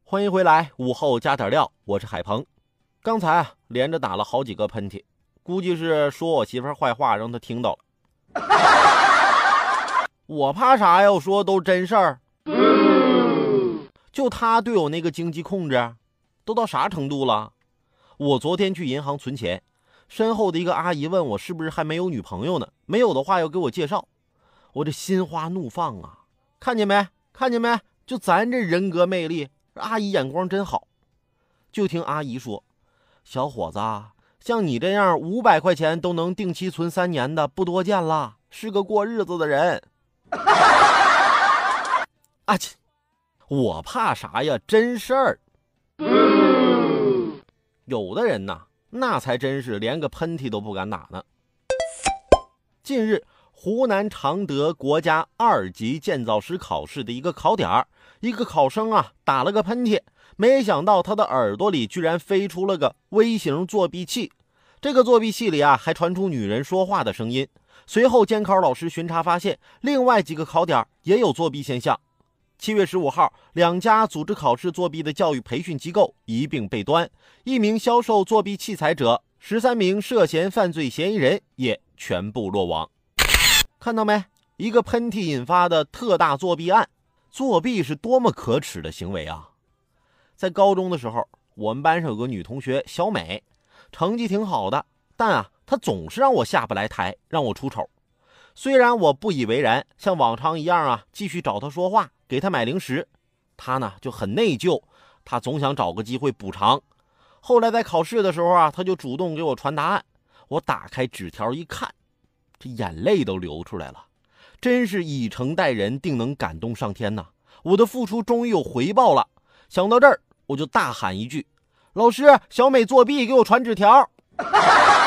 欢迎回来，午后加点料，我是海鹏。刚才连着打了好几个喷嚏，估计是说我媳妇儿坏话让她听到了。我怕啥呀？我说都真事儿。就他对我那个经济控制都到啥程度了？我昨天去银行存钱，身后的一个阿姨问我是不是还没有女朋友呢，没有的话要给我介绍。我这心花怒放啊，看见没？看见没？就咱这人格魅力，阿姨眼光真好。就听阿姨说，小伙子，像你这样500块钱都能定期存3年的不多见了，是个过日子的人。啊切，我怕啥呀？真事儿。有的人呐，那才真是连个喷嚏都不敢打呢。近日，湖南常德国家2级建造师考试的一个考点，一个考生啊打了个喷嚏，没想到他的耳朵里居然飞出了个微型作弊器。这个作弊器里啊还传出女人说话的声音。随后监考老师巡查发现，另外几个考点也有作弊现象。7月15号，2家组织考试作弊的教育培训机构一并被端，1名销售作弊器材者，13名涉嫌犯罪嫌疑人也全部落网。看到没？一个喷嚏引发的特大作弊案。作弊是多么可耻的行为啊！在高中的时候，我们班上有个女同学小美，成绩挺好的，但啊她总是让我下不来台，让我出丑。虽然我不以为然，像往常一样啊继续找她说话，给她买零食，她呢就很内疚，她总想找个机会补偿。后来在考试的时候啊，她就主动给我传答案。我打开纸条一看，这眼泪都流出来了。真是以诚待人，定能感动上天呐！我的付出终于有回报了。想到这儿，我就大喊一句：老师，小美作弊，给我传纸条。